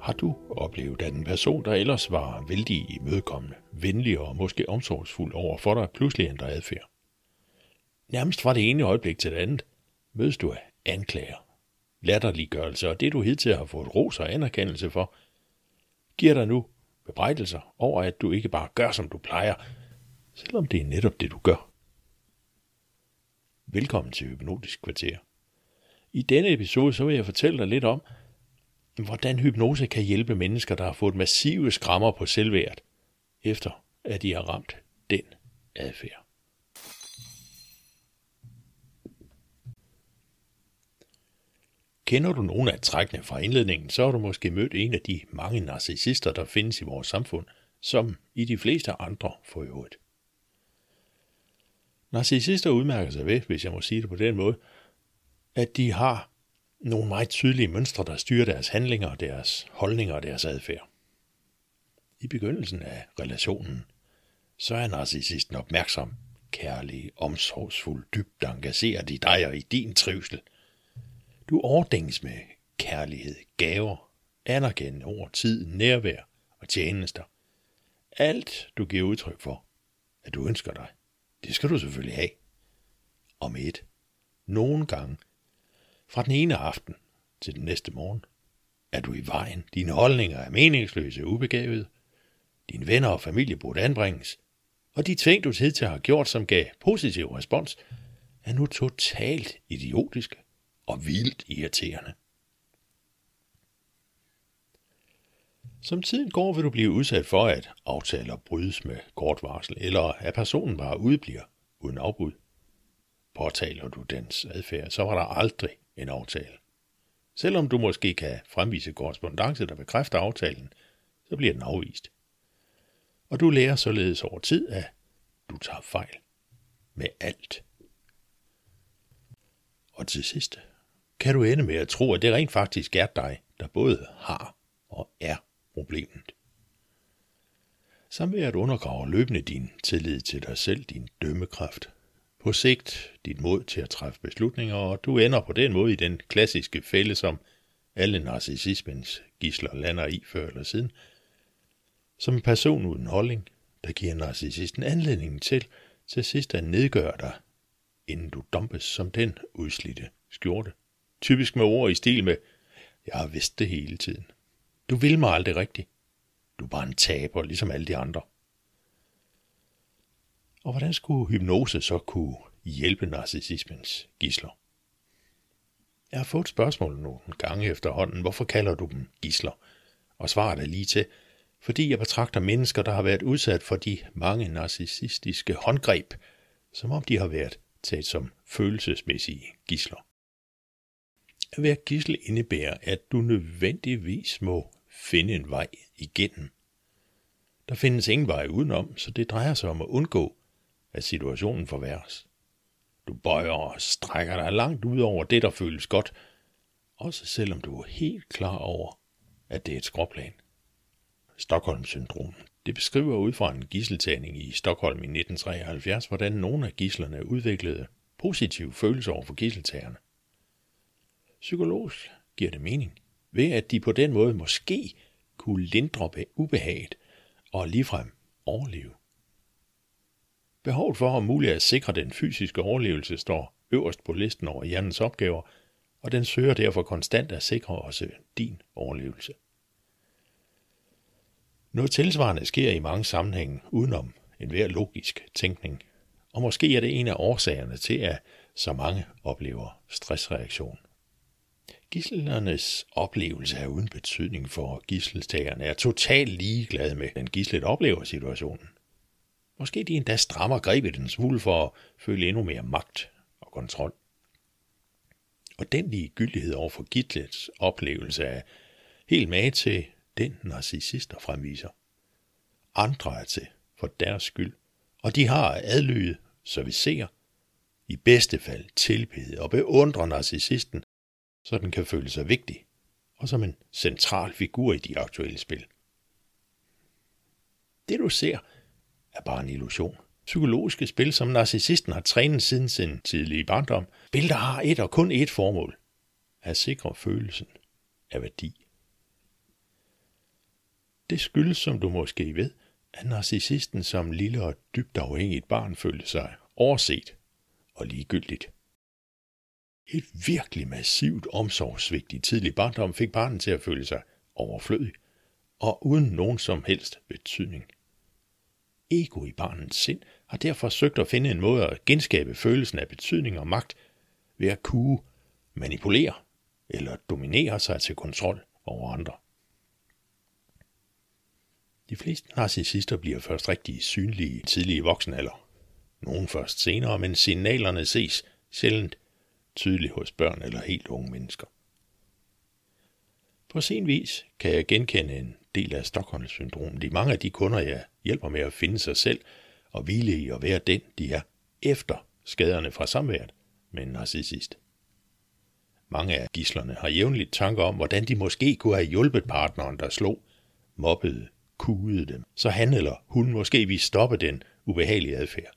Har du oplevet, at en person, der ellers var vældig imødekommende, venlig og måske omsorgsfuld over for dig, pludselig ændrer adfærd? Nærmest fra det ene øjeblik til det andet mødes du af anklager, latterliggørelse og det du hidtil har fået ros og anerkendelse for, giver dig nu bebrejdelser over, at du ikke bare gør, som du plejer, selvom det er netop det, du gør. Velkommen til Hypnotisk Kvarter. I denne episode så vil jeg fortælle dig lidt om, hvordan hypnose kan hjælpe mennesker, der har fået massive skrammer på selvværdet, efter at de har ramt den adfærd. Kender du nogle af trækkene fra indledningen, så har du måske mødt en af de mange narcissister, der findes i vores samfund, som i de fleste andre for øvrigt. Narcissister udmærker sig ved, hvis jeg må sige det på den måde, at de har nogle meget tydelige mønstre, der styrer deres handlinger, deres holdninger og deres adfærd. I begyndelsen af relationen, så er narcissisten opmærksom, kærlig, omsorgsfuld, dybt engageret i dig og i din trivsel. Du overdænges med kærlighed, gaver, anerkendende ord, tid, nærvær og tjenester. Alt du giver udtryk for, at du ønsker dig, det skal du selvfølgelig have. Og med nogle gange, fra den ene aften til den næste morgen, er du i vejen. Dine holdninger er meningsløse og ubegavede. Dine venner og familie burde anbringes. Og de ting, du hidtil har gjort, som gav positiv respons, er nu totalt idiotiske og vildt irriterende. Som tiden går, vil du blive udsat for, at aftaler brydes med kort varsel, eller at personen bare udebliver uden afbud. Påtaler du dens adfærd, så var der aldrig en aftale. Selvom du måske kan fremvise korrespondance, der bekræfter aftalen, så bliver den afvist. Og du lærer således over tid, at du tager fejl med alt. Og til sidst kan du ende med at tro, at det rent faktisk er dig, der både har og er problemet. Samværet undergraver løbende din tillid til dig selv, din dømmekraft, på sigt dit mod til at træffe beslutninger, og du ender på den måde i den klassiske fælde, som alle narcissismens gidsler lander i før eller siden. Som en person uden holdning, der giver narcissisten anledningen til sidst at nedgøre dig, inden du dumpes som den udslidte skjorte. Typisk med ord i stil med, jeg har vidst det hele tiden. Du vil mig aldrig rigtigt. Du er bare en taber, ligesom alle de andre. Og hvordan skulle hypnose så kunne hjælpe narcissismens gidsler? Jeg har fået spørgsmål nogle gange efterhånden, hvorfor kalder du dem gidsler? Og svaret er lige til, fordi jeg betragter mennesker, der har været udsat for de mange narcissistiske håndgreb, som om de har været taget som følelsesmæssige gidsler. At være gidsel indebærer, at du nødvendigvis må finde en vej igennem. Der findes ingen vej udenom, så det drejer sig om at undgå, at situationen forværres. Du bøjer og strækker dig langt ud over det, der føles godt, også selvom du er helt klar over, at det er et skråplan. Stockholm-syndrom. Det beskriver ud fra en gidseltagning i Stockholm i 1973, hvordan nogle af gidslerne udviklede positive følelser over for gidseltagerne. Psykologisk giver det mening, ved at de på den måde måske kunne lindre ubehaget og ligefrem overleve. Behovet for om muligt at sikre den fysiske overlevelse står øverst på listen over hjernens opgaver, og den søger derfor konstant at sikre også din overlevelse. Noget tilsvarende sker i mange sammenhænge udenom enhver logisk tænkning, og måske er det en af årsagerne til, at så mange oplever stressreaktion. Gidslernes oplevelse er uden betydning for gidseltagerne er totalt ligeglade med, den gidslet oplever situationen. Måske de endda strammer grebet en smule for at føle endnu mere magt og kontrol. Og den ligegyldighed over for gidslets oplevelse er helt med til den narcissister fremviser. Andre er til for deres skyld, og de har adlyde, servicere, i bedste fald tilbede og beundre narcissisten, så den kan føle sig vigtig, og som en central figur i de aktuelle spil. Det du ser, er bare en illusion. Psykologiske spil, som narcissisten har trænet siden sin tidlige barndom. Spil, der har et og kun et formål. At sikre følelsen af værdi. Det skyldes, som du måske ved, at narcissisten som lille og dybt afhængigt barn følte sig overset og ligegyldigt. Et virkelig massivt omsorgssvigt i tidlig barndom fik barnet til at føle sig overflødig og uden nogen som helst betydning. Ego i barnets sind har derfor søgt at finde en måde at genskabe følelsen af betydning og magt ved at kunne manipulere eller dominere sig til kontrol over andre. De fleste narcissister bliver først rigtig synlige tidlige voksenalder. Nogle først senere, men signalerne ses sjældent tydeligt hos børn eller helt unge mennesker. På sin vis kan jeg genkende en del af Stockholm-syndromet i mange af de kunder, jeg hjælper med at finde sig selv og hvile i at være den, de er efter skaderne fra samværet med en narcissist. Mange af gidslerne har jævnligt tanker om, hvordan de måske kunne have hjulpet partneren, der slog, mobbede, kugede dem, så han eller hun måske ville stoppe den ubehagelige adfærd.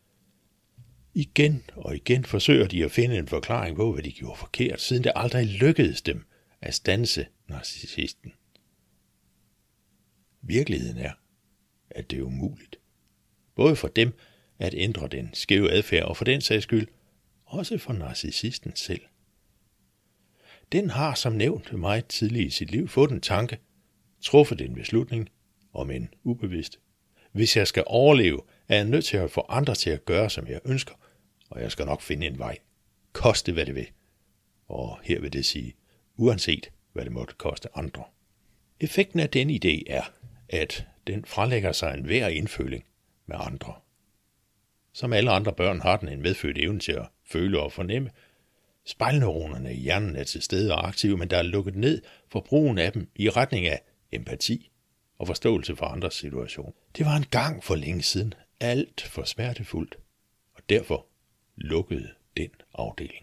Igen og igen forsøger de at finde en forklaring på, hvad de gjorde forkert, siden det aldrig lykkedes dem at standse narcissisten. Virkeligheden er, at det er umuligt. Både for dem at ændre den skæve adfærd, og for den sags skyld, også for narcissisten selv. Den har som nævnt meget tidligt i sit liv fået en tanke, truffet en beslutning, om en ubevidst. Hvis jeg skal overleve, er jeg nødt til at få andre til at gøre, som jeg ønsker, og jeg skal nok finde en vej. Koste hvad det vil. Og her vil det sige, uanset hvad det måtte koste andre. Effekten af den idé er, at den fralægger sig enhver indføling med andre. Som alle andre børn har den en medfødt evne til at føle og fornemme. Spejlneuronerne i hjernen er til stede og aktive, men der er lukket ned for brugen af dem i retning af empati og forståelse for andres situation. Det var en gang for længe siden alt for smertefuldt, og derfor lukkede den afdeling.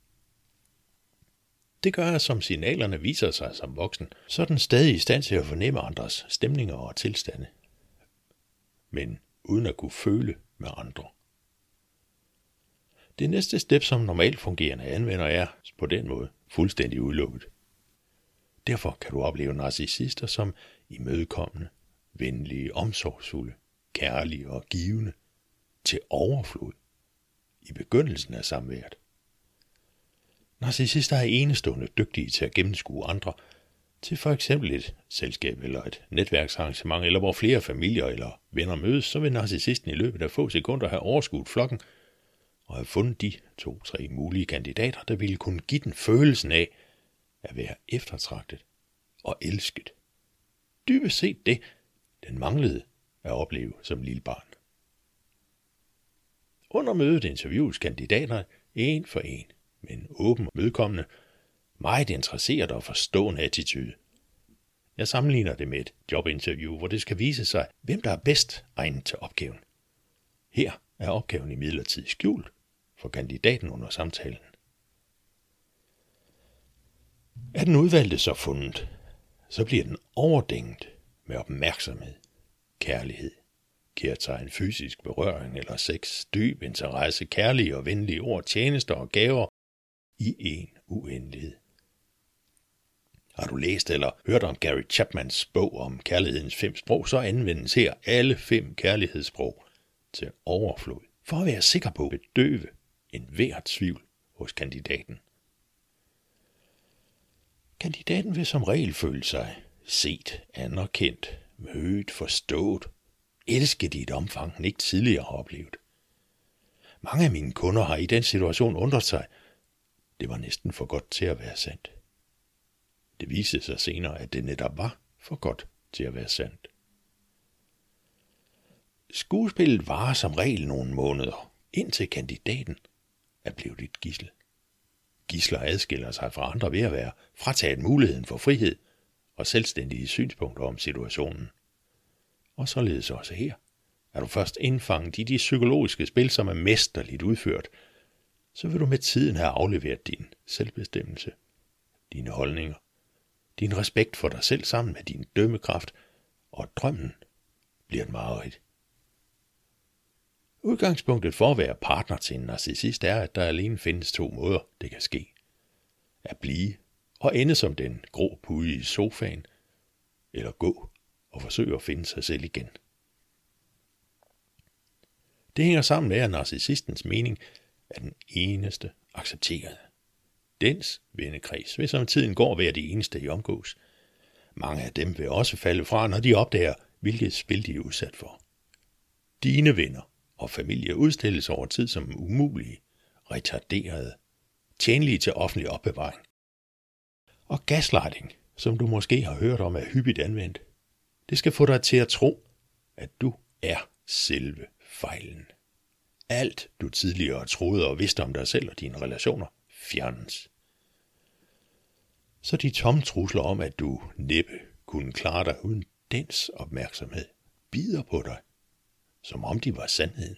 Det gør, at som signalerne viser sig som voksen, så er den stadig i stand til at fornemme andres stemninger og tilstande, men uden at kunne føle med andre. Det næste step, som normalt fungerende anvender, er på den måde fuldstændig udelukket. Derfor kan du opleve narcissister som imødekommende, venlige, omsorgsfulde, kærlige og givende til overflod i begyndelsen af samværet. Narcissister er enestående dygtige til at gennemskue andre til for eksempel et selskab eller et netværksarrangement, eller hvor flere familier eller venner mødes, så vil narcissisten i løbet af få sekunder have overskuet flokken og have fundet de 2-3 mulige kandidater, der ville kunne give den følelsen af at være eftertragtet og elsket. Dybest set det, den manglede at opleve som lille barn. Under mødet interviews kandidater en for en med en åben og mødekommende, meget interesseret og forstående attitude. Jeg sammenligner det med et jobinterview, hvor det skal vise sig, hvem der er bedst egnet til opgaven. Her er opgaven imidlertid skjult for kandidaten under samtalen. Er den udvalgte så fundet, så bliver den overdænget med opmærksomhed, kærlighed, kærtegn, fysisk berøring eller sex, dyb interesse, kærlige og venlige ord, tjenester og gaver i en uendelighed. Har du læst eller hørt om Gary Chapmans bog om kærlighedens 5 sprog, så anvendes her alle 5 kærlighedssprog til overflod, for at være sikker på at bedøve enhver tvivl hos kandidaten. Kandidaten vil som regel føle sig set, anerkendt, mødt, forstået, elsket i et omfang, han ikke tidligere har oplevet. Mange af mine kunder har i den situation undret sig. Det var næsten for godt til at være sandt. Det viste sig senere, at det netop var for godt til at være sandt. Skuespillet varer som regel nogle måneder, indtil kandidaten er blevet et gidsel. Gidsler adskiller sig fra andre ved at være frataget muligheden for frihed og selvstændige synspunkter om situationen. Og således også her. Er du først indfanget i de psykologiske spil, som er mesterligt udført, så vil du med tiden have afleveret din selvbestemmelse, dine holdninger, din respekt for dig selv sammen med din dømmekraft, og drømmen bliver et mareridt. Udgangspunktet for at være partner til en narcissist er, at der alene findes 2 måder, det kan ske. At blive og ende som den grå pude i sofaen, eller gå og forsøge at finde sig selv igen. Det hænger sammen med, at narcissistens mening er den eneste accepterede. Dens vennekreds vil som tiden går være det eneste, I omgås. Mange af dem vil også falde fra, når de opdager, hvilket spil de er udsat for. Dine venner og familie udstilles over tid som umulige, retarderede, tjenlige til offentlig opbevaring. Og gaslighting, som du måske har hørt om, er hyppigt anvendt. Det skal få dig til at tro, at du er selve fejlen. Alt du tidligere troede og vidste om dig selv og dine relationer fjernes. Så de tomme trusler om, at du næppe kunne klare dig uden dens opmærksomhed, bider på dig, som om de var sandheden.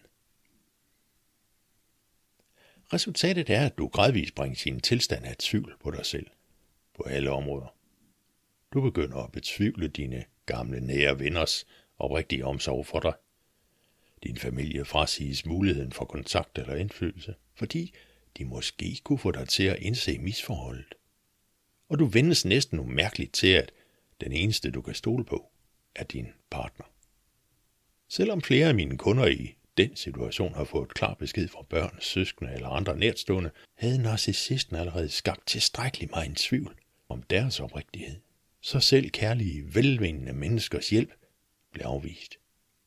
Resultatet er, at du gradvist bringes i en tilstand af tvivl på dig selv, på alle områder. Du begynder at betvivle dine gamle nære venners oprigtige omsorg for dig. Din familie frasiges muligheden for kontakt eller indflydelse, fordi de måske kunne få dig til at indse misforholdet. Og du vendes næsten umærkeligt til, at den eneste, du kan stole på, er din partner. Selvom flere af mine kunder i den situation har fået klar besked fra børn, søskende eller andre nærtstående, havde narcissisten allerede skabt tilstrækkelig meget en tvivl om deres oprigtighed. Så selv kærlige, velmenende menneskers hjælp blev afvist.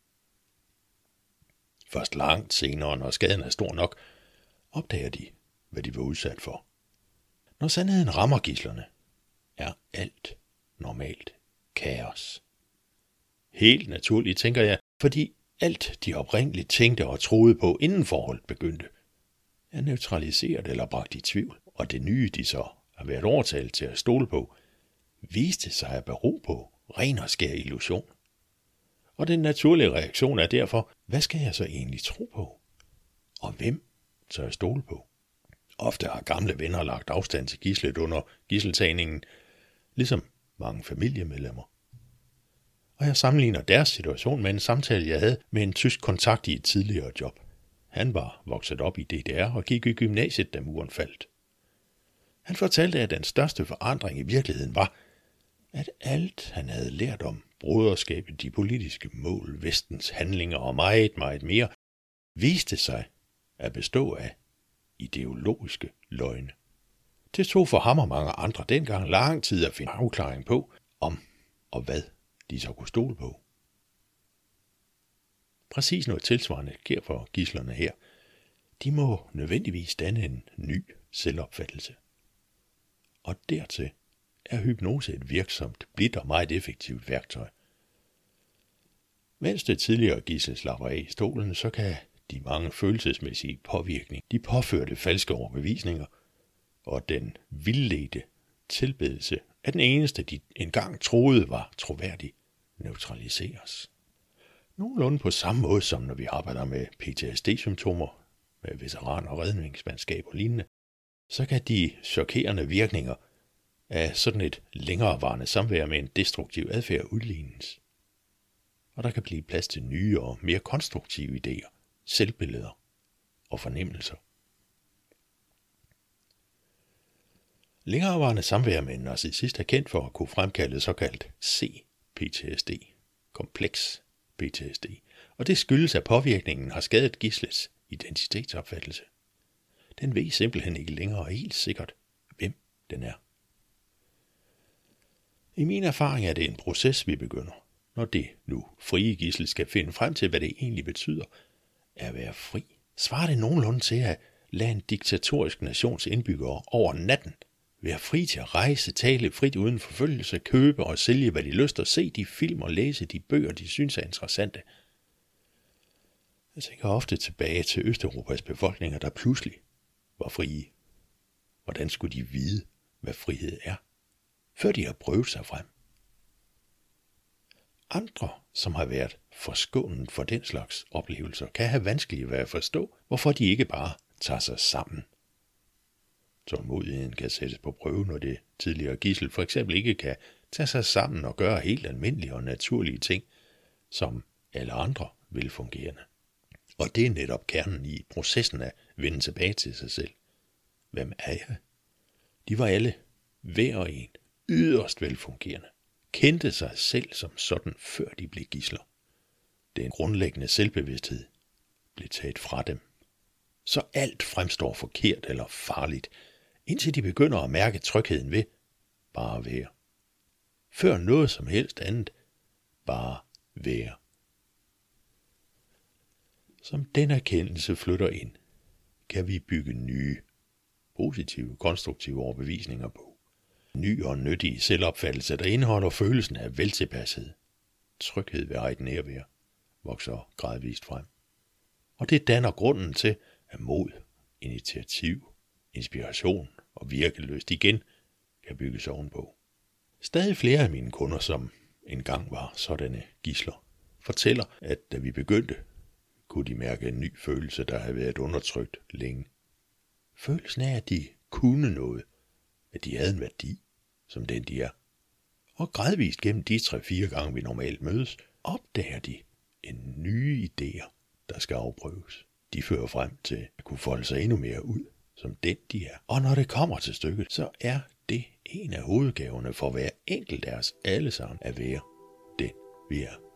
Først langt senere, når skaden er stor nok, opdager de, hvad de var udsat for. Når sandheden rammer gidslerne, er alt normalt kaos. Helt naturligt, tænker jeg, fordi alt de oprindeligt tænkte og troede på, inden forholdet begyndte, er neutraliseret eller bragt i tvivl, og det nye, de så har været overtalt til at stole på, viste sig at bero på ren og skær illusion. Og den naturlige reaktion er derfor, hvad skal jeg så egentlig tro på? Og hvem tør jeg stole på? Ofte har gamle venner lagt afstand til gidslet under gidseltagningen, ligesom mange familiemedlemmer. Og jeg sammenligner deres situation med en samtale, jeg havde med en tysk kontakt i et tidligere job. Han var vokset op i DDR og gik i gymnasiet, da muren faldt. Han fortalte, at den største forandring i virkeligheden var, at alt han havde lært om broderskabet, de politiske mål, vestens handlinger og meget, meget mere, viste sig at bestå af ideologiske løgne. Det tog for ham og mange andre dengang lang tid at finde afklaring på, om og hvad de så kunne stole på. Præcis noget tilsvarende sker for gidslerne her. De må nødvendigvis danne en ny selvopfattelse. Og dertil er hypnose et virksomt, blidt og meget effektivt værktøj. Mens det tidligere gidsel slapper af i stolen, så kan de mange følelsesmæssige påvirkninger, de påførte falske overbevisninger og den vildledte tilbedelse af den eneste, de engang troede var troværdig, neutraliseres. Nogenlunde på samme måde som når vi arbejder med PTSD-symptomer, med veteraner, redningsmandskab og lignende, så kan de chokerende virkninger af sådan et længerevarende samvær med en destruktiv adfærd udlignes. Og der kan blive plads til nye og mere konstruktive idéer, selvbilleder og fornemmelser. Længerevarende samvær med en narcissist er kendt for at kunne fremkalde såkaldt C-PTSD, kompleks PTSD, og det skyldes, at påvirkningen har skadet gidslets identitetsopfattelse. Den ved simpelthen ikke længere helt sikkert, hvem den er. I min erfaring er det en proces, vi begynder, når det nu frie gidsel skal finde frem til, hvad det egentlig betyder at være fri. Svarer det nogenlunde til at lade en diktatorisk nations indbyggere over natten være fri til at rejse, tale frit uden forfølgelse, købe og sælge, hvad de lyster, se de film og læse de bøger, de synes er interessante. Jeg tænker ofte tilbage til Østeuropas befolkninger, der pludselig var frie. Hvordan skulle de vide, hvad frihed er, før de har prøvet sig frem? Andre, som har været forskånet for den slags oplevelser, kan have vanskeligt ved at forstå, hvorfor de ikke bare tager sig sammen. Tålmodigheden kan sættes på prøve, når det tidligere gidsel for eksempel ikke kan tage sig sammen og gøre helt almindelige og naturlige ting, som alle andre velfungerende. Og det er netop kernen i processen at vende tilbage til sig selv. Hvem er jeg? De var alle, hver og en, yderst velfungerende, kendte sig selv som sådan, før de blev gidsler. Den grundlæggende selvbevidsthed blev taget fra dem. Så alt fremstår forkert eller farligt, indtil de begynder at mærke trygheden ved bare at være. Før noget som helst andet, bare være. Som den erkendelse flytter ind, kan vi bygge nye, positive, konstruktive overbevisninger på. Ny og nyttig selvopfattelse, der indeholder følelsen af veltilpashed. Tryghed ved eget nærvær vokser gradvist frem. Og det danner grunden til, at mod, initiativ, inspiration og virkelyst igen kan bygges ovenpå. Stadig flere af mine kunder, som engang var sådanne gidsler, fortæller, at da vi begyndte, kunne de mærke en ny følelse, der havde været undertrykt længe. Følelsen af, at de kunne noget, at de havde en værdi, som den de er. Og gradvist gennem de 3-4 gange, vi normalt mødes, opdager de en nye idéer, der skal afprøves. De fører frem til at kunne folde sig endnu mere ud, som den de er. Og når det kommer til stykket, så er det en af hovedgaverne for hver enkelt af os alle sammen at være den vi er.